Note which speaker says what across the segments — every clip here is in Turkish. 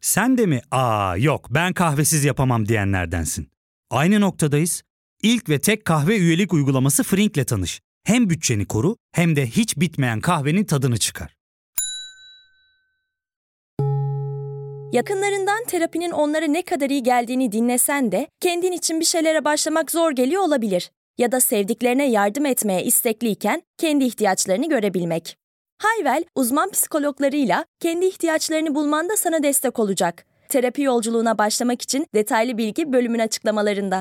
Speaker 1: Sen de mi yok ben kahvesiz yapamam diyenlerdensin? Aynı noktadayız. İlk ve tek kahve üyelik uygulaması Frink'le tanış. Hem bütçeni koru hem de hiç bitmeyen kahvenin tadını çıkar.
Speaker 2: Yakınlarından terapinin onlara ne kadar iyi geldiğini dinlesen de kendin için bir şeylere başlamak zor geliyor olabilir. Ya da sevdiklerine yardım etmeye istekliyken kendi ihtiyaçlarını görebilmek. Hayvel, uzman psikologlarıyla kendi ihtiyaçlarını bulmanda sana destek olacak. Terapi yolculuğuna başlamak için detaylı bilgi bölümün açıklamalarında.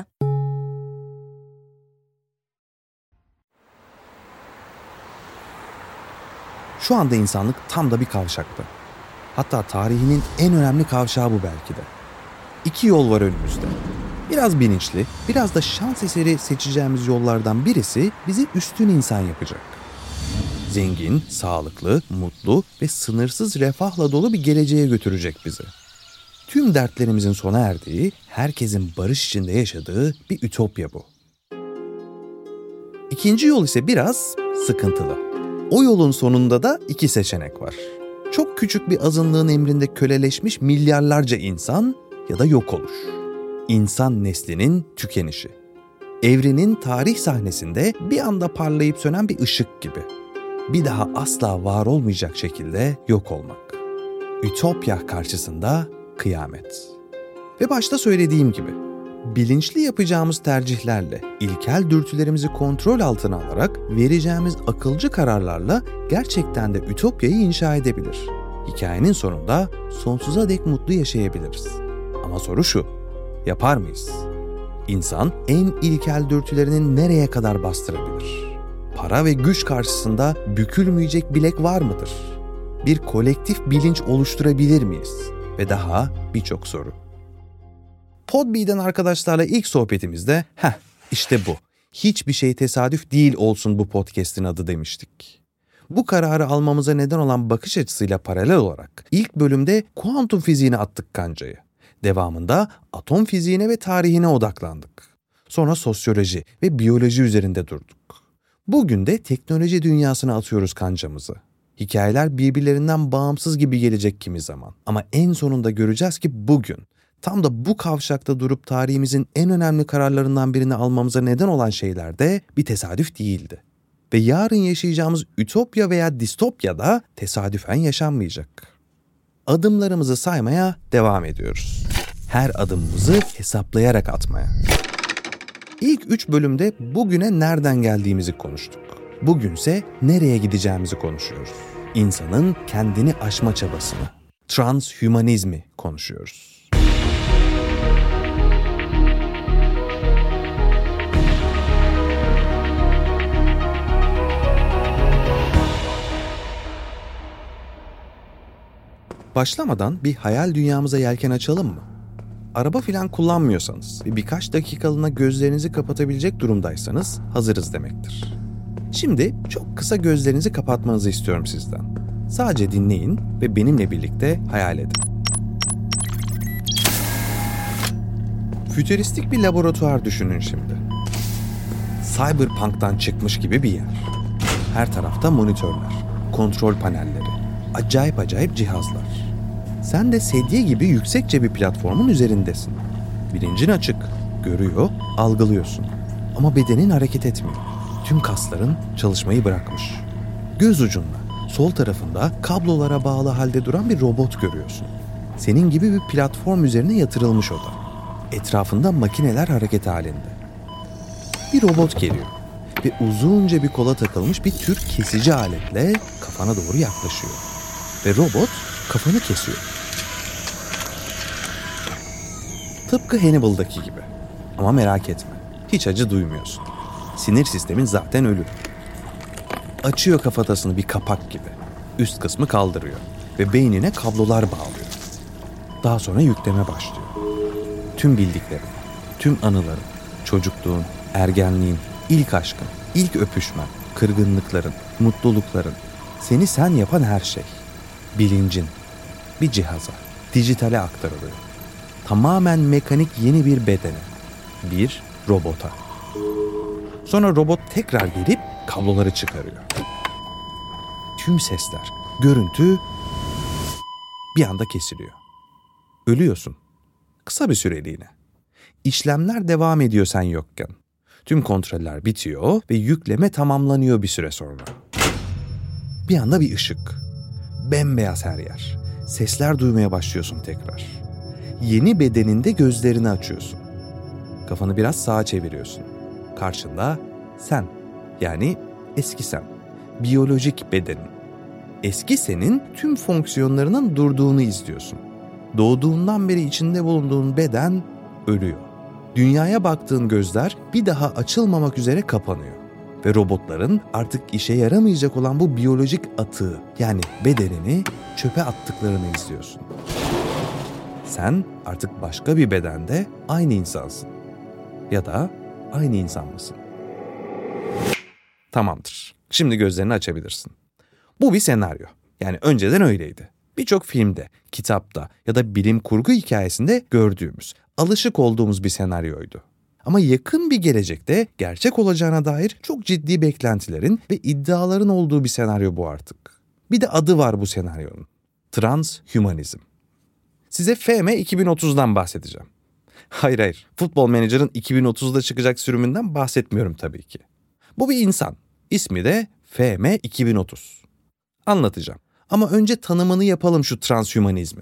Speaker 3: Şu anda insanlık tam da bir kavşakta. Hatta tarihinin en önemli kavşağı bu belki de. 2 yol var önümüzde. Biraz bilinçli, biraz da şans eseri seçeceğimiz yollardan birisi bizi üstün insan yapacak. Zengin, sağlıklı, mutlu ve sınırsız refahla dolu bir geleceğe götürecek bizi. Tüm dertlerimizin sona erdiği, herkesin barış içinde yaşadığı bir ütopya bu. İkinci yol ise biraz sıkıntılı. O yolun sonunda da 2 seçenek var. Çok küçük bir azınlığın emrinde köleleşmiş milyarlarca insan ya da yok oluş. İnsan neslinin tükenişi. Evrenin tarih sahnesinde bir anda parlayıp sönen bir ışık gibi. Bir daha asla var olmayacak şekilde yok olmak. Ütopya karşısında kıyamet. Ve başta söylediğim gibi, bilinçli yapacağımız tercihlerle, ilkel dürtülerimizi kontrol altına alarak vereceğimiz akılcı kararlarla gerçekten de ütopyayı inşa edebilir. Hikayenin sonunda sonsuza dek mutlu yaşayabiliriz. Ama soru şu, yapar mıyız? İnsan en ilkel dürtülerinin nereye kadar bastırabilir? Para ve güç karşısında bükülmeyecek bilek var mıdır? Bir kolektif bilinç oluşturabilir miyiz? Ve daha birçok soru. Podbee'den arkadaşlarla ilk sohbetimizde işte bu. Hiçbir şey tesadüf değil olsun bu podcast'in adı demiştik. Bu kararı almamıza neden olan bakış açısıyla paralel olarak ilk bölümde kuantum fiziğine attık kancayı. Devamında atom fiziğine ve tarihine odaklandık. Sonra sosyoloji ve biyoloji üzerinde durduk. Bugün de teknoloji dünyasına atıyoruz kancamızı. Hikayeler birbirlerinden bağımsız gibi gelecek kimi zaman. Ama en sonunda göreceğiz ki bugün, tam da bu kavşakta durup tarihimizin en önemli kararlarından birini almamıza neden olan şeyler de bir tesadüf değildi. Ve yarın yaşayacağımız ütopya veya distopya da tesadüfen yaşanmayacak. Adımlarımızı saymaya devam ediyoruz. Her adımımızı hesaplayarak atmaya. İlk 3 bölümde bugüne nereden geldiğimizi konuştuk. Bugünse nereye gideceğimizi konuşuyoruz. İnsanın kendini aşma çabasını, transhümanizmi konuşuyoruz. Başlamadan bir hayal dünyamıza yelken açalım mı? Araba filan kullanmıyorsanız ve birkaç dakikalığına gözlerinizi kapatabilecek durumdaysanız hazırız demektir. Şimdi çok kısa gözlerinizi kapatmanızı istiyorum sizden. Sadece dinleyin ve benimle birlikte hayal edin. Fütüristik bir laboratuvar düşünün şimdi. Cyberpunk'tan çıkmış gibi bir yer. Her tarafta monitörler, kontrol panelleri, acayip cihazlar. Sen de sedye gibi yüksekçe bir platformun üzerindesin. Bilincin açık, görüyor, algılıyorsun. Ama bedenin hareket etmiyor. Tüm kasların çalışmayı bırakmış. Göz ucunda, sol tarafında kablolara bağlı halde duran bir robot görüyorsun. Senin gibi bir platform üzerine yatırılmış o da. Etrafında makineler hareket halinde. Bir robot geliyor ve uzunca bir kola takılmış bir tür kesici aletle kafana doğru yaklaşıyor. Ve robot kafanı kesiyor. Tıpkı Hannibal'daki gibi. Ama merak etme, hiç acı duymuyorsun. Sinir sistemin zaten ölü. Açıyor kafatasını bir kapak gibi. Üst kısmı kaldırıyor ve beynine kablolar bağlıyor. Daha sonra yükleme başlıyor. Tüm bildiklerin, tüm anıların, çocukluğun, ergenliğin, ilk aşkın, ilk öpüşmen, kırgınlıkların, mutlulukların, seni sen yapan her şey, bilincin bir cihaza, dijitale aktarılıyor. Tamamen mekanik yeni bir bedene, bir robota. Sonra robot tekrar gelip kabloları çıkarıyor. Tüm sesler, görüntü bir anda kesiliyor. Ölüyorsun. Kısa bir süreliğine. İşlemler devam ediyor sen yokken. Tüm kontroller bitiyor ve yükleme tamamlanıyor bir süre sonra. Bir anda bir ışık. Bembeyaz her yer. Sesler duymaya başlıyorsun tekrar. Yeni bedeninde gözlerini açıyorsun. Kafanı biraz sağa çeviriyorsun. Karşında sen, yani eski sen, biyolojik bedenin. Eski senin tüm fonksiyonlarının durduğunu izliyorsun. Doğduğundan beri içinde bulunduğun beden ölüyor. Dünyaya baktığın gözler bir daha açılmamak üzere kapanıyor. Ve robotların artık işe yaramayacak olan bu biyolojik atığı, yani bedenini çöpe attıklarını izliyorsun. Sen artık başka bir bedende aynı insansın. Ya da aynı insan mısın? Tamamdır. Şimdi gözlerini açabilirsin. Bu bir senaryo. Yani önceden öyleydi. Birçok filmde, kitapta ya da bilim kurgu hikayesinde gördüğümüz, alışık olduğumuz bir senaryoydu. Ama yakın bir gelecekte gerçek olacağına dair çok ciddi beklentilerin ve iddiaların olduğu bir senaryo bu artık. Bir de adı var bu senaryonun. Transhümanizm. Size FM 2030'dan bahsedeceğim. Hayır. Football Manager'ın 2030'da çıkacak sürümünden bahsetmiyorum tabii ki. Bu bir insan. İsmi de FM 2030. Anlatacağım. Ama önce tanımını yapalım şu transhümanizmin.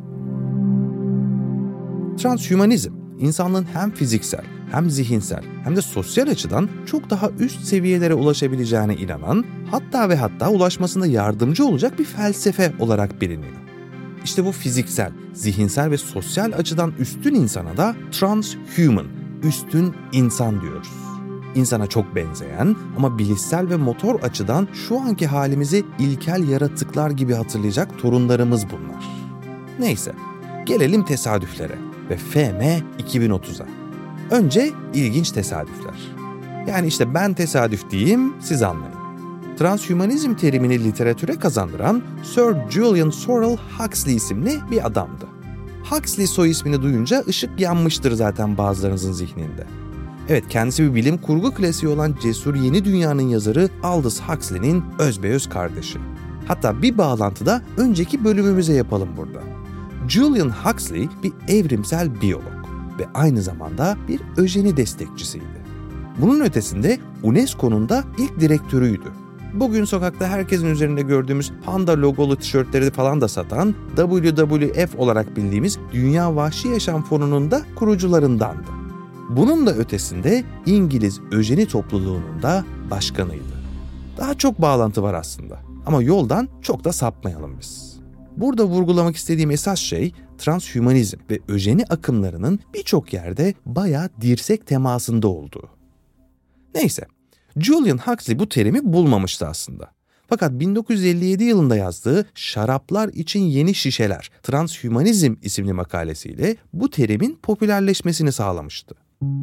Speaker 3: Transhümanizm, insanlığın hem fiziksel, hem zihinsel, hem de sosyal açıdan çok daha üst seviyelere ulaşabileceğine inanan, hatta ulaşmasında yardımcı olacak bir felsefe olarak biliniyor. İşte bu fiziksel, zihinsel ve sosyal açıdan üstün insana da transhuman, üstün insan diyoruz. İnsana çok benzeyen ama bilişsel ve motor açıdan şu anki halimizi ilkel yaratıklar gibi hatırlayacak torunlarımız bunlar. Neyse, gelelim tesadüflere ve FM 2030'a. Önce ilginç tesadüfler. Yani işte ben tesadüf diyeyim, siz anlayın. Transhümanizm terimini literatüre kazandıran Sir Julian Sorrell Huxley isimli bir adamdı. Huxley soy ismini duyunca ışık yanmıştır zaten bazılarınızın zihninde. Evet, kendisi bir bilim kurgu klasiği olan Cesur Yeni Dünya'nın yazarı Aldous Huxley'nin özbeöz kardeşi. Hatta bir bağlantıda önceki bölümümüze yapalım burada. Julian Huxley bir evrimsel biyolog ve aynı zamanda bir öjeni destekçisiydi. Bunun ötesinde UNESCO'nun da ilk direktörüydü. Bugün sokakta herkesin üzerinde gördüğümüz panda logolu tişörtleri falan da satan WWF olarak bildiğimiz Dünya Vahşi Yaşam Fonu'nun da kurucularındandı. Bunun da ötesinde İngiliz öjeni topluluğunun da başkanıydı. Daha çok bağlantı var aslında ama yoldan çok da sapmayalım biz. Burada vurgulamak istediğim esas şey transhümanizm ve öjeni akımlarının birçok yerde bayağı dirsek temasında olduğu. Neyse, Julian Huxley bu terimi bulmamıştı aslında. Fakat 1957 yılında yazdığı Şaraplar için Yeni Şişeler, Transhümanizm isimli makalesiyle bu terimin popülerleşmesini sağlamıştı.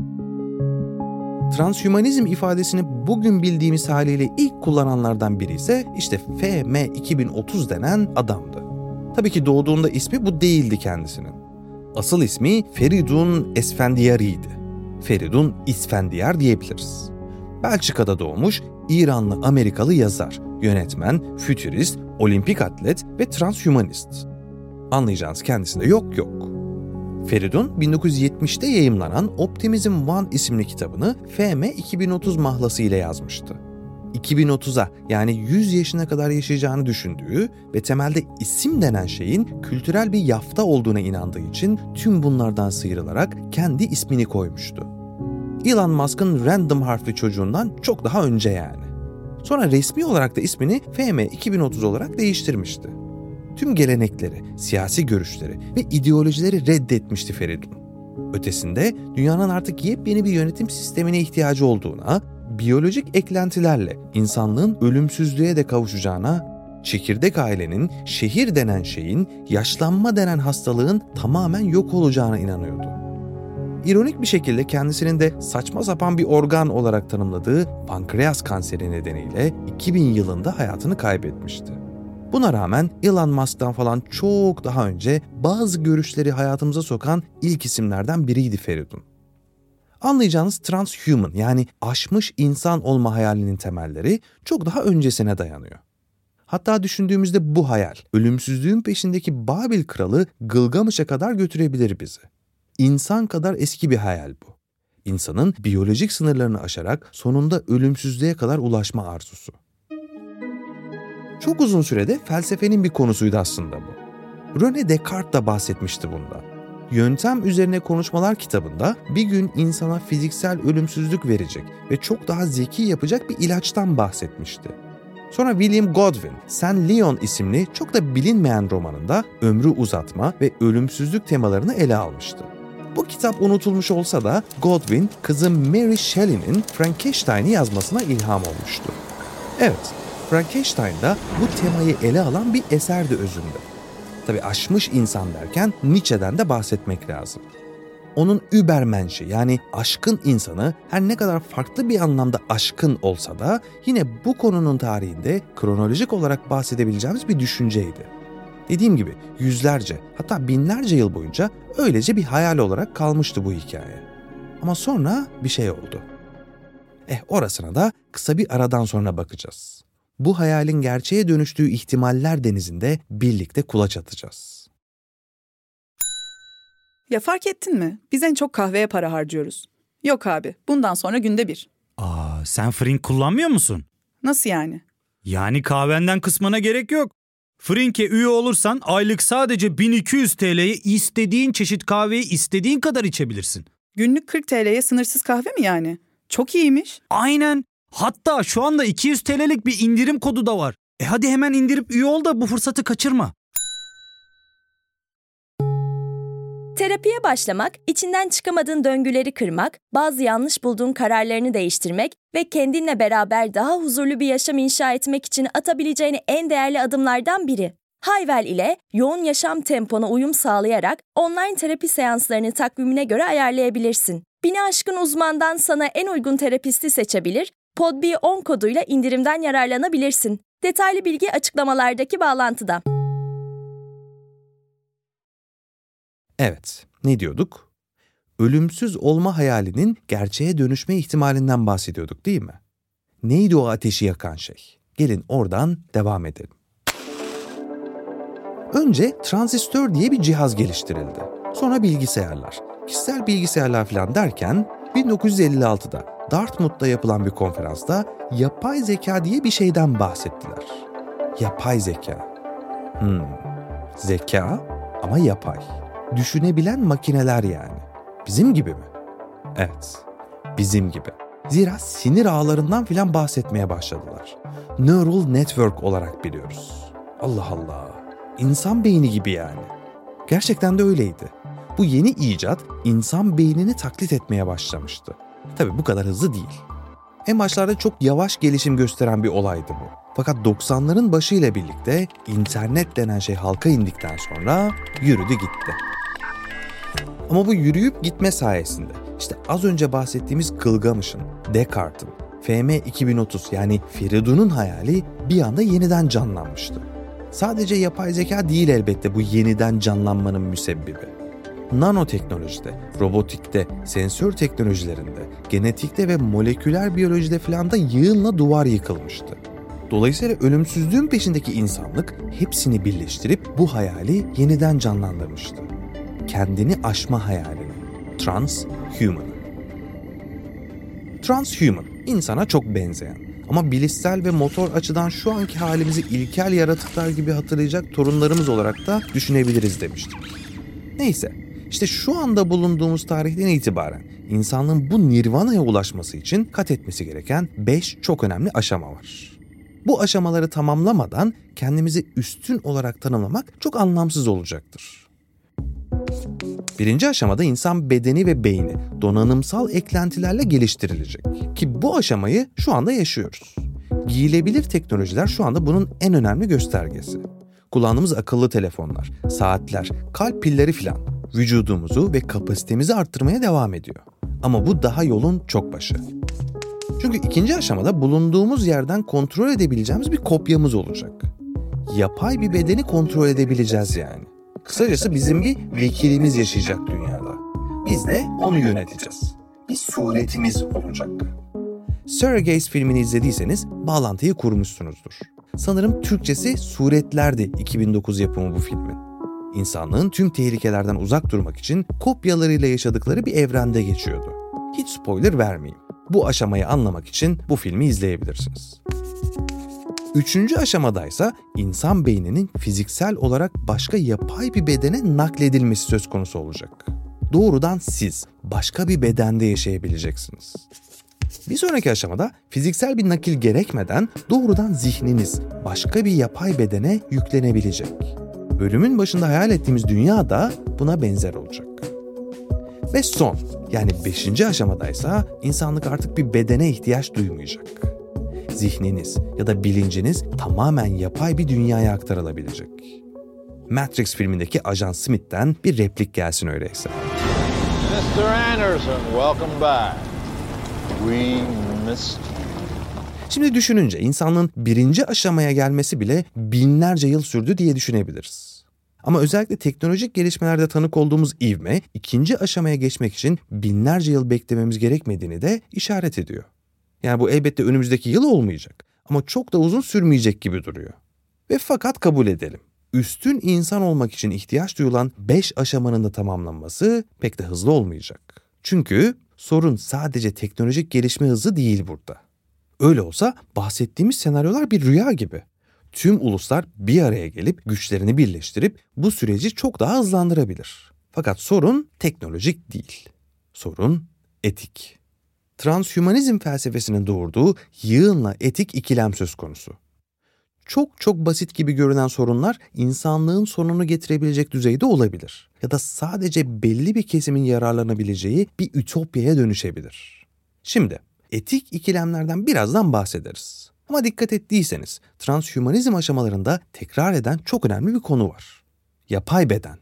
Speaker 3: Transhümanizm ifadesini bugün bildiğimiz haliyle ilk kullananlardan biri ise işte FM 2030 denen adamdı. Tabii ki doğduğunda ismi bu değildi kendisinin. Asıl ismi Feridun Esfendiyari'ydi. Feridun İsfendiyar diyebiliriz. Belçika'da doğmuş İranlı Amerikalı yazar, yönetmen, fütürist, olimpik atlet ve transhümanist. Anlayacağınız kendisinde yok. Feridun 1970'te yayımlanan Optimism One isimli kitabını FM 2030 mahlası ile yazmıştı. 2030'a yani 100 yaşına kadar yaşayacağını düşündüğü ve temelde isim denen şeyin kültürel bir yafta olduğuna inandığı için tüm bunlardan sıyrılarak kendi ismini koymuştu. Elon Musk'ın random harfli çocuğundan çok daha önce yani. Sonra resmi olarak da ismini FM 2030 olarak değiştirmişti. Tüm gelenekleri, siyasi görüşleri ve ideolojileri reddetmişti Feridun. Ötesinde dünyanın artık yepyeni bir yönetim sistemine ihtiyacı olduğuna, biyolojik eklentilerle insanlığın ölümsüzlüğe de kavuşacağına, çekirdek ailenin, şehir denen şeyin, yaşlanma denen hastalığın tamamen yok olacağına inanıyordu. İronik bir şekilde kendisinin de saçma sapan bir organ olarak tanımladığı pankreas kanseri nedeniyle 2000 yılında hayatını kaybetmişti. Buna rağmen Elon Musk'tan falan çok daha önce bazı görüşleri hayatımıza sokan ilk isimlerden biriydi Feridun. Anlayacağınız transhuman yani aşmış insan olma hayalinin temelleri çok daha öncesine dayanıyor. Hatta düşündüğümüzde bu hayal, ölümsüzlüğün peşindeki Babil kralı Gılgamış'a kadar götürebilir bizi. İnsan kadar eski bir hayal bu. İnsanın biyolojik sınırlarını aşarak sonunda ölümsüzlüğe kadar ulaşma arzusu. Çok uzun sürede felsefenin bir konusuydu aslında bu. René Descartes da bahsetmişti bundan. Yöntem Üzerine Konuşmalar kitabında bir gün insana fiziksel ölümsüzlük verecek ve çok daha zeki yapacak bir ilaçtan bahsetmişti. Sonra William Godwin, Saint Leon isimli çok da bilinmeyen romanında ömrü uzatma ve ölümsüzlük temalarını ele almıştı. Bu kitap unutulmuş olsa da Godwin, kızı Mary Shelley'nin Frankenstein'i yazmasına ilham olmuştu. Evet, Frankenstein da bu temayı ele alan bir eserdi özünde. Tabii aşmış insan derken Nietzsche'den de bahsetmek lazım. Onun Übermensch'i yani aşkın insanı her ne kadar farklı bir anlamda aşkın olsa da yine bu konunun tarihinde kronolojik olarak bahsedebileceğimiz bir düşünceydi. Dediğim gibi yüzlerce hatta binlerce yıl boyunca öylece bir hayal olarak kalmıştı bu hikaye. Ama sonra bir şey oldu. Orasına da kısa bir aradan sonra bakacağız. Bu hayalin gerçeğe dönüştüğü ihtimaller denizinde birlikte kulaç atacağız.
Speaker 4: Ya fark ettin mi? Biz en çok kahveye para harcıyoruz. Yok abi, bundan sonra günde 1.
Speaker 1: Sen Frink kullanmıyor musun?
Speaker 4: Nasıl yani?
Speaker 1: Yani kahvenden kısmına gerek yok. Frink'e üye olursan aylık sadece 1200 TL'ye istediğin çeşit kahveyi istediğin kadar içebilirsin.
Speaker 4: Günlük 40 TL'ye sınırsız kahve mi yani? Çok iyiymiş.
Speaker 1: Aynen. Hatta şu anda 200 TL'lik bir indirim kodu da var. Hadi hemen indirip üye ol da bu fırsatı kaçırma.
Speaker 2: Terapiye başlamak, içinden çıkamadığın döngüleri kırmak, bazı yanlış bulduğun kararlarını değiştirmek ve kendinle beraber daha huzurlu bir yaşam inşa etmek için atabileceğin en değerli adımlardan biri. Hayvel ile yoğun yaşam tempona uyum sağlayarak online terapi seanslarını takvimine göre ayarlayabilirsin. 1000'i aşkın uzmandan sana en uygun terapisti seçebilir, PodB10 koduyla indirimden yararlanabilirsin. Detaylı bilgi açıklamalardaki bağlantıda.
Speaker 3: Evet, ne diyorduk? Ölümsüz olma hayalinin gerçeğe dönüşme ihtimalinden bahsediyorduk değil mi? Neydi o ateşi yakan şey? Gelin oradan devam edelim. Önce transistör diye bir cihaz geliştirildi. Sonra bilgisayarlar. Kişisel bilgisayarlar falan derken 1956'da Dartmouth'ta yapılan bir konferansta yapay zeka diye bir şeyden bahsettiler. Yapay zeka. Zeka ama yapay. Düşünebilen makineler yani. Bizim gibi mi? Evet, bizim gibi. Zira sinir ağlarından filan bahsetmeye başladılar. Neural network olarak biliyoruz. Allah Allah, insan beyni gibi yani. Gerçekten de öyleydi. Bu yeni icat insan beynini taklit etmeye başlamıştı. Tabii bu kadar hızlı değil. En başlarda çok yavaş gelişim gösteren bir olaydı bu. Fakat 90'ların başıyla birlikte internet denen şey halka indikten sonra yürüdü gitti. Ama bu yürüyüp gitme sayesinde işte az önce bahsettiğimiz Gılgamış'ın, Descartes'in, FM 2030 yani Feridun'un hayali bir anda yeniden canlanmıştı. Sadece yapay zeka değil elbette bu yeniden canlanmanın müsebbibi. Nanoteknolojide, robotikte, sensör teknolojilerinde, genetikte ve moleküler biyolojide filan da yığınla duvar yıkılmıştı. Dolayısıyla ölümsüzlüğün peşindeki insanlık hepsini birleştirip bu hayali yeniden canlandırmıştı. Kendini aşma hayalini. Transhuman. Transhuman, insana çok benzeyen ama bilişsel ve motor açıdan şu anki halimizi ilkel yaratıklar gibi hatırlayacak torunlarımız olarak da düşünebiliriz demiştik. Neyse, işte şu anda bulunduğumuz tarihten itibaren insanlığın bu nirvana'ya ulaşması için kat etmesi gereken 5 çok önemli aşama var. Bu aşamaları tamamlamadan kendimizi üstün olarak tanımlamak çok anlamsız olacaktır. Birinci aşamada insan bedeni ve beyni donanımsal eklentilerle geliştirilecek. Ki bu aşamayı şu anda yaşıyoruz. Giyilebilir teknolojiler şu anda bunun en önemli göstergesi. Kullandığımız akıllı telefonlar, saatler, kalp pilleri filan vücudumuzu ve kapasitemizi arttırmaya devam ediyor. Ama bu daha yolun çok başı. Çünkü ikinci aşamada bulunduğumuz yerden kontrol edebileceğimiz bir kopyamız olacak. Yapay bir bedeni kontrol edebileceğiz yani. Kısacası bizim bir vekilimiz yaşayacak dünyada. Biz de onu yöneteceğiz. Bir suretimiz olacak. Surrogates filmini izlediyseniz bağlantıyı kurmuşsunuzdur. Sanırım Türkçesi Suretlerdi 2009 yapımı bu filmin. İnsanlığın tüm tehlikelerden uzak durmak için kopyalarıyla yaşadıkları bir evrende geçiyordu. Hiç spoiler vermeyeyim. Bu aşamayı anlamak için bu filmi izleyebilirsiniz. 3. aşamadaysa insan beyninin fiziksel olarak başka yapay bir bedene nakledilmesi söz konusu olacak. Doğrudan siz başka bir bedende yaşayabileceksiniz. Bir sonraki aşamada fiziksel bir nakil gerekmeden doğrudan zihniniz başka bir yapay bedene yüklenebilecek. Ölümün başında hayal ettiğimiz dünya da buna benzer olacak. Ve son, yani 5. aşamadaysa insanlık artık bir bedene ihtiyaç duymayacak. Zihniniz ya da bilinciniz tamamen yapay bir dünyaya aktarılabilecek. Matrix filmindeki Ajan Smith'ten bir replik gelsin öyleyse.
Speaker 5: Mr. Anderson, welcome back. We missed you.
Speaker 3: Şimdi düşününce insanlığın 1. aşamaya gelmesi bile binlerce yıl sürdü diye düşünebiliriz. Ama özellikle teknolojik gelişmelerde tanık olduğumuz ivme 2. aşamaya geçmek için binlerce yıl beklememiz gerekmediğini de işaret ediyor. Yani bu elbette önümüzdeki yıl olmayacak ama çok da uzun sürmeyecek gibi duruyor. Ve fakat kabul edelim. Üstün insan olmak için ihtiyaç duyulan 5 aşamanın da tamamlanması pek de hızlı olmayacak. Çünkü sorun sadece teknolojik gelişme hızı değil burada. Öyle olsa bahsettiğimiz senaryolar bir rüya gibi. Tüm uluslar bir araya gelip güçlerini birleştirip bu süreci çok daha hızlandırabilir. Fakat sorun teknolojik değil. Sorun etik. Transhümanizm felsefesinin doğurduğu yığınla etik ikilem söz konusu. Çok basit gibi görünen sorunlar insanlığın sonunu getirebilecek düzeyde olabilir. Ya da sadece belli bir kesimin yararlanabileceği bir ütopyaya dönüşebilir. Şimdi etik ikilemlerden birazdan bahsederiz. Ama dikkat ettiyseniz transhümanizm aşamalarında tekrar eden çok önemli bir konu var. Yapay beden.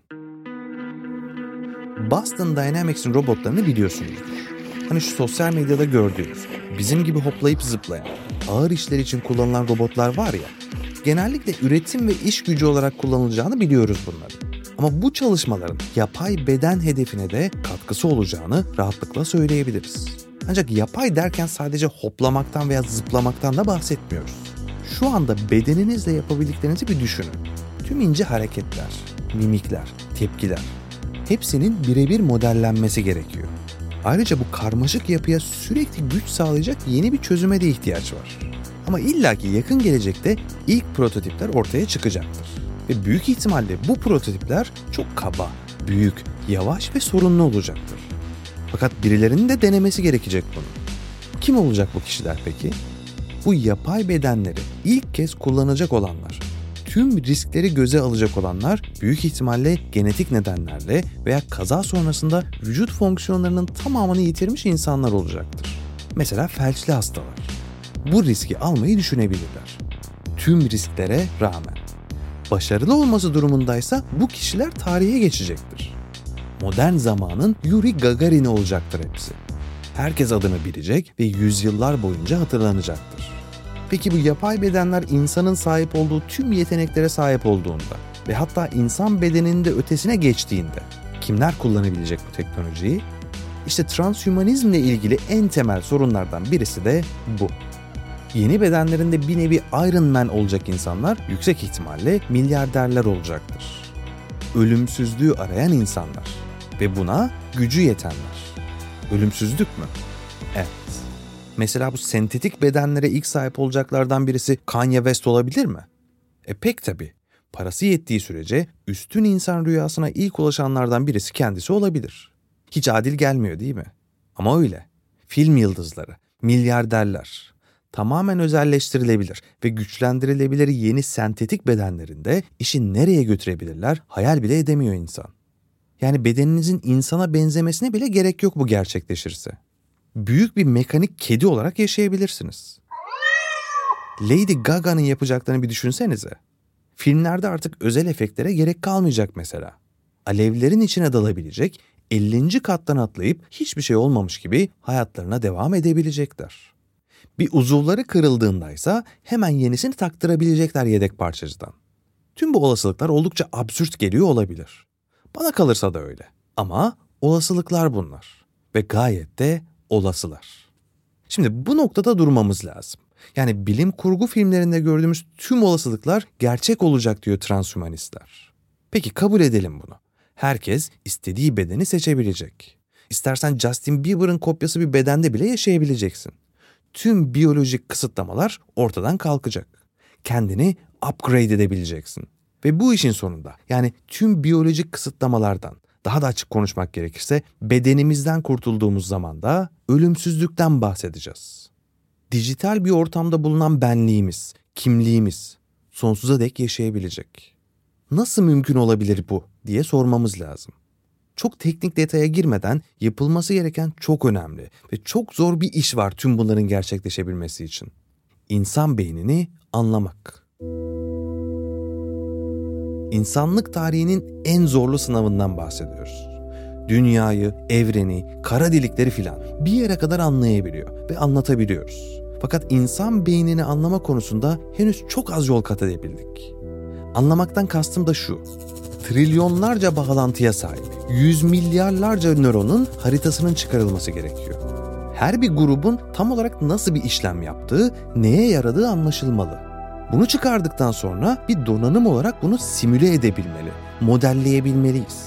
Speaker 3: Boston Dynamics'in robotlarını biliyorsunuzdur. Hani şu sosyal medyada gördüğünüz, bizim gibi hoplayıp zıplayan, ağır işler için kullanılan robotlar var ya, genellikle üretim ve iş gücü olarak kullanılacağını biliyoruz bunların. Ama bu çalışmaların yapay beden hedefine de katkısı olacağını rahatlıkla söyleyebiliriz. Ancak yapay derken sadece hoplamaktan veya zıplamaktan da bahsetmiyoruz. Şu anda bedeninizle yapabildiklerinizi bir düşünün. Tüm ince hareketler, mimikler, tepkiler, hepsinin birebir modellenmesi gerekiyor. Ayrıca bu karmaşık yapıya sürekli güç sağlayacak yeni bir çözüme de ihtiyaç var. Ama illaki yakın gelecekte ilk prototipler ortaya çıkacaktır. Ve büyük ihtimalle bu prototipler çok kaba, büyük, yavaş ve sorunlu olacaktır. Fakat birilerinin de denemesi gerekecek bunu. Kim olacak bu kişiler peki? Bu yapay bedenleri ilk kez kullanacak olanlar, tüm riskleri göze alacak olanlar büyük ihtimalle genetik nedenlerle veya kaza sonrasında vücut fonksiyonlarının tamamını yitirmiş insanlar olacaktır. Mesela felçli hastalar. Bu riski almayı düşünebilirler. Tüm risklere rağmen. Başarılı olması durumundaysa bu kişiler tarihe geçecektir. Modern zamanın Yuri Gagarin'i olacaktır hepsi. Herkes adını bilecek ve yüzyıllar boyunca hatırlanacaktır. Peki bu yapay bedenler insanın sahip olduğu tüm yeteneklere sahip olduğunda ve hatta insan bedeninin de ötesine geçtiğinde kimler kullanabilecek bu teknolojiyi? İşte transhümanizmle ilgili en temel sorunlardan birisi de bu. Yeni bedenlerinde bir nevi Iron Man olacak insanlar yüksek ihtimalle milyarderler olacaktır. Ölümsüzlüğü arayan insanlar ve buna gücü yetenler. Ölümsüzlük mü? Evet. Mesela bu sentetik bedenlere ilk sahip olacaklardan birisi Kanye West olabilir mi? Pek tabii. Parası yettiği sürece üstün insan rüyasına ilk ulaşanlardan birisi kendisi olabilir. Hiç adil gelmiyor değil mi? Ama öyle. Film yıldızları, milyarderler tamamen özelleştirilebilir ve güçlendirilebilir yeni sentetik bedenlerinde işi nereye götürebilirler hayal bile edemiyor insan. Yani bedeninizin insana benzemesine bile gerek yok bu gerçekleşirse. Büyük bir mekanik kedi olarak yaşayabilirsiniz. Lady Gaga'nın yapacaklarını bir düşünsenize. Filmlerde artık özel efektlere gerek kalmayacak mesela. Alevlerin içine dalabilecek, 50. kattan atlayıp hiçbir şey olmamış gibi hayatlarına devam edebilecekler. Bir uzuvları kırıldığındaysa hemen yenisini taktırabilecekler yedek parçacıdan. Tüm bu olasılıklar oldukça absürt geliyor olabilir. Bana kalırsa da öyle. Ama olasılıklar bunlar. Ve gayet de olasılar. Şimdi bu noktada durmamız lazım. Yani bilim kurgu filmlerinde gördüğümüz tüm olasılıklar gerçek olacak diyor transhümanistler. Peki kabul edelim bunu. Herkes istediği bedeni seçebilecek. İstersen Justin Bieber'ın kopyası bir bedende bile yaşayabileceksin. Tüm biyolojik kısıtlamalar ortadan kalkacak. Kendini upgrade edebileceksin. Ve bu işin sonunda, yani tüm biyolojik kısıtlamalardan, daha da açık konuşmak gerekirse bedenimizden kurtulduğumuz zaman da ölümsüzlükten bahsedeceğiz. Dijital bir ortamda bulunan benliğimiz, kimliğimiz sonsuza dek yaşayabilecek. Nasıl mümkün olabilir bu diye sormamız lazım. Çok teknik detaya girmeden yapılması gereken çok önemli ve çok zor bir iş var tüm bunların gerçekleşebilmesi için. İnsan beynini anlamak. İnsanlık tarihinin en zorlu sınavından bahsediyoruz. Dünyayı, evreni, kara delikleri filan bir yere kadar anlayabiliyor ve anlatabiliyoruz. Fakat insan beynini anlama konusunda henüz çok az yol kat edebildik. Anlamaktan kastım da şu: trilyonlarca bağlantıya sahip, 100 milyarlarca nöronun haritasının çıkarılması gerekiyor. Her bir grubun tam olarak nasıl bir işlem yaptığı, neye yaradığı anlaşılmalı. Bunu çıkardıktan sonra bir donanım olarak bunu simüle edebilmeli, modelleyebilmeliyiz.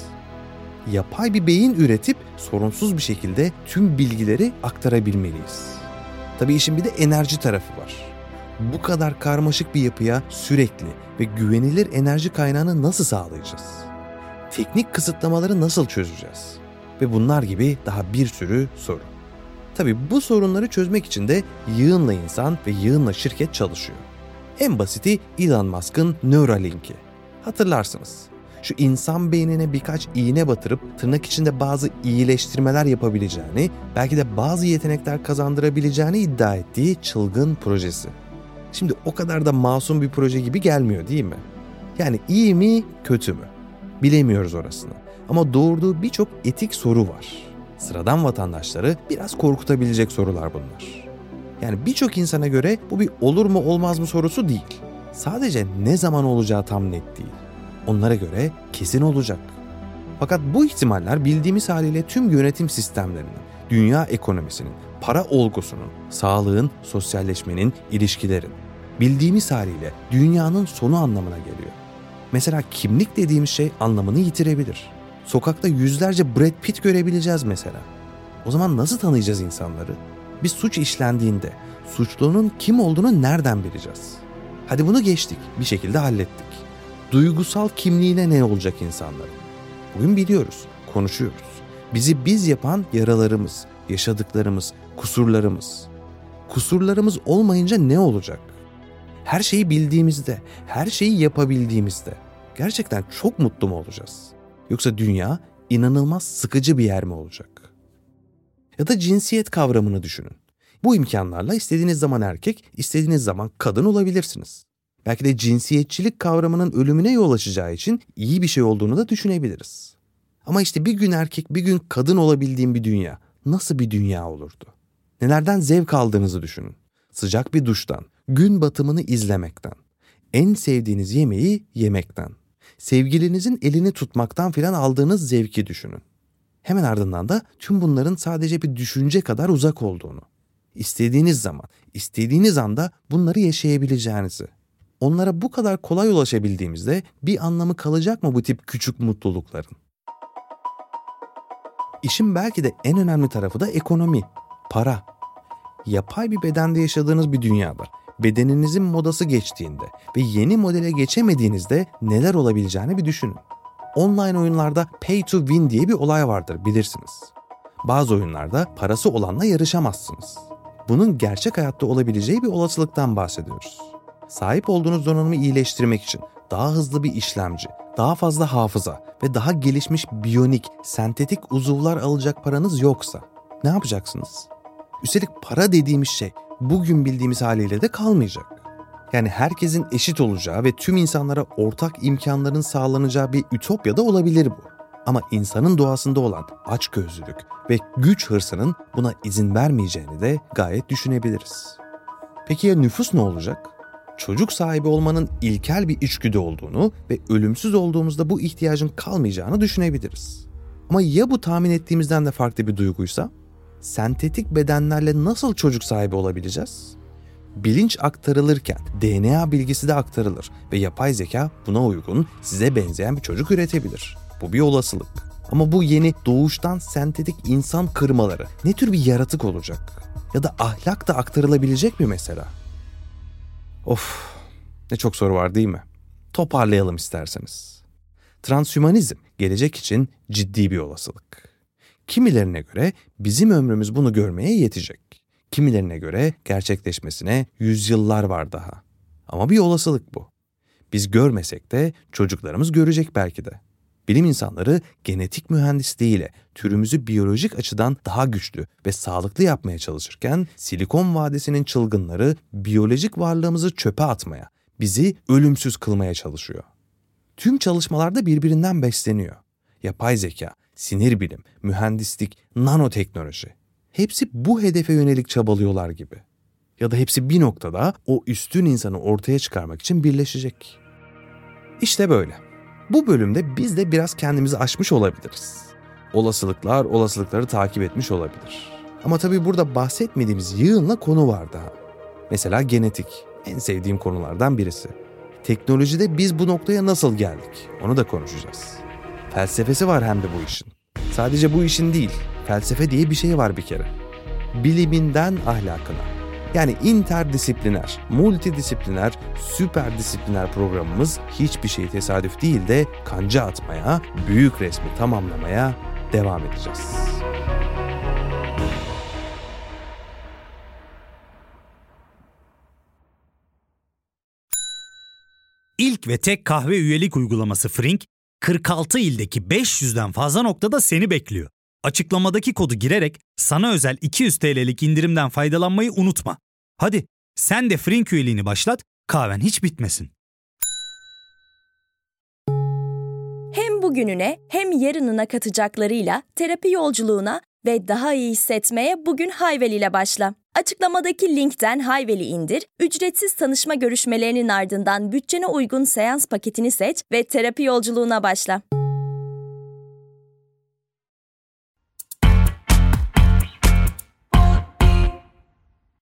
Speaker 3: Yapay bir beyin üretip sorunsuz bir şekilde tüm bilgileri aktarabilmeliyiz. Tabii işin bir de enerji tarafı var. Bu kadar karmaşık bir yapıya sürekli ve güvenilir enerji kaynağını nasıl sağlayacağız? Teknik kısıtlamaları nasıl çözeceğiz? Ve bunlar gibi daha bir sürü soru. Tabii bu sorunları çözmek için de yığınla insan ve yığınla şirket çalışıyor. En basiti Elon Musk'ın Neuralink'i. Hatırlarsınız. Şu insan beynine birkaç iğne batırıp tırnak içinde bazı iyileştirmeler yapabileceğini, belki de bazı yetenekler kazandırabileceğini iddia ettiği çılgın projesi. Şimdi o kadar da masum bir proje gibi gelmiyor değil mi? Yani iyi mi, kötü mü? Bilemiyoruz orasını. Ama doğurduğu birçok etik soru var. Sıradan vatandaşları biraz korkutabilecek sorular bunlar. Yani birçok insana göre bu bir olur mu olmaz mı sorusu değil. Sadece ne zaman olacağı tam net değil. Onlara göre kesin olacak. Fakat bu ihtimaller bildiğimiz haliyle tüm yönetim sistemlerinin, dünya ekonomisinin, para olgusunun, sağlığın, sosyalleşmenin, ilişkilerin, bildiğimiz haliyle dünyanın sonu anlamına geliyor. Mesela kimlik dediğimiz şey anlamını yitirebilir. Sokakta yüzlerce Brad Pitt görebileceğiz mesela. O zaman nasıl tanıyacağız insanları? Bir suç işlendiğinde suçlunun kim olduğunu nereden bileceğiz? Hadi bunu geçtik, bir şekilde hallettik. Duygusal kimliğine ne olacak insanların? Bugün biliyoruz, konuşuyoruz. Bizi biz yapan yaralarımız, yaşadıklarımız, kusurlarımız. Kusurlarımız olmayınca ne olacak? Her şeyi bildiğimizde, her şeyi yapabildiğimizde gerçekten çok mutlu mu olacağız? Yoksa dünya inanılmaz sıkıcı bir yer mi olacak? Ya da cinsiyet kavramını düşünün. Bu imkanlarla istediğiniz zaman erkek, istediğiniz zaman kadın olabilirsiniz. Belki de cinsiyetçilik kavramının ölümüne yol açacağı için iyi bir şey olduğunu da düşünebiliriz. Ama işte bir gün erkek, bir gün kadın olabildiğim bir dünya nasıl bir dünya olurdu? Nelerden zevk aldığınızı düşünün. Sıcak bir duştan, gün batımını izlemekten, en sevdiğiniz yemeği yemekten, sevgilinizin elini tutmaktan filan aldığınız zevki düşünün. Hemen ardından da tüm bunların sadece bir düşünce kadar uzak olduğunu, istediğiniz zaman, istediğiniz anda bunları yaşayabileceğinizi. Onlara bu kadar kolay ulaşabildiğimizde bir anlamı kalacak mı bu tip küçük mutlulukların? İşin belki de en önemli tarafı da ekonomi, para. Yapay bir bedende yaşadığınız bir dünyada, bedeninizin modası geçtiğinde ve yeni modele geçemediğinizde neler olabileceğini bir düşünün. Online oyunlarda pay to win diye bir olay vardır, bilirsiniz. Bazı oyunlarda parası olanla yarışamazsınız. Bunun gerçek hayatta olabileceği bir olasılıktan bahsediyoruz. Sahip olduğunuz donanımı iyileştirmek için daha hızlı bir işlemci, daha fazla hafıza ve daha gelişmiş biyonik, sentetik uzuvlar alacak paranız yoksa ne yapacaksınız? Üstelik para dediğimiz şey bugün bildiğimiz haliyle de kalmayacak. Yani herkesin eşit olacağı ve tüm insanlara ortak imkanların sağlanacağı bir ütopyada olabilir bu. Ama insanın doğasında olan açgözlülük ve güç hırsının buna izin vermeyeceğini de gayet düşünebiliriz. Peki ya nüfus ne olacak? Çocuk sahibi olmanın ilkel bir içgüdü olduğunu ve ölümsüz olduğumuzda bu ihtiyacın kalmayacağını düşünebiliriz. Ama ya bu tahmin ettiğimizden de farklı bir duyguysa? Sentetik bedenlerle nasıl çocuk sahibi olabileceğiz? Bilinç aktarılırken DNA bilgisi de aktarılır ve yapay zeka buna uygun size benzeyen bir çocuk üretebilir. Bu bir olasılık. Ama bu yeni doğuştan sentetik insan kırmaları ne tür bir yaratık olacak? Ya da ahlak da aktarılabilecek mi mesela? Of, ne çok soru var değil mi? Toparlayalım isterseniz. Transhümanizm gelecek için ciddi bir olasılık. Kimilerine göre bizim ömrümüz bunu görmeye yetecek. Kimilerine göre gerçekleşmesine yüzyıllar var daha. Ama bir olasılık bu. Biz görmesek de çocuklarımız görecek belki de. Bilim insanları genetik mühendisliğiyle türümüzü biyolojik açıdan daha güçlü ve sağlıklı yapmaya çalışırken Silikon Vadisi'nin çılgınları biyolojik varlığımızı çöpe atmaya, bizi ölümsüz kılmaya çalışıyor. Tüm çalışmalarda birbirinden besleniyor. Yapay zeka, sinir bilim, mühendislik, nanoteknoloji. Hepsi bu hedefe yönelik çabalıyorlar gibi. Ya da hepsi bir noktada o üstün insanı ortaya çıkarmak için birleşecek. İşte böyle. Bu bölümde biz de biraz kendimizi aşmış olabiliriz. Olasılıklar olasılıkları takip etmiş olabilir. Ama tabii burada bahsetmediğimiz yığınla konu var daha. Mesela genetik, en sevdiğim konulardan birisi. Teknolojide biz bu noktaya nasıl geldik? Onu da konuşacağız. Felsefesi var hem de bu işin. Sadece bu işin değil, felsefe diye bir şey var bir kere. Biliminden ahlakına. Yani interdisipliner, multidisipliner, süperdisipliner programımız hiçbir şey tesadüf değil de kanca atmaya, büyük resmi tamamlamaya devam edeceğiz.
Speaker 1: İlk ve tek kahve üyelik uygulaması Frink, 46 ildeki 500'den fazla noktada seni bekliyor. Açıklamadaki kodu girerek sana özel 200 TL'lik indirimden faydalanmayı unutma. Hadi sen de Frink üyeliğini başlat, kahven hiç bitmesin.
Speaker 2: Hem bugününe hem yarınına katacaklarıyla terapi yolculuğuna ve daha iyi hissetmeye bugün Hayvel ile başla. Açıklamadaki linkten Hayvel'i indir, ücretsiz tanışma görüşmelerinin ardından bütçene uygun seans paketini seç ve terapi yolculuğuna başla.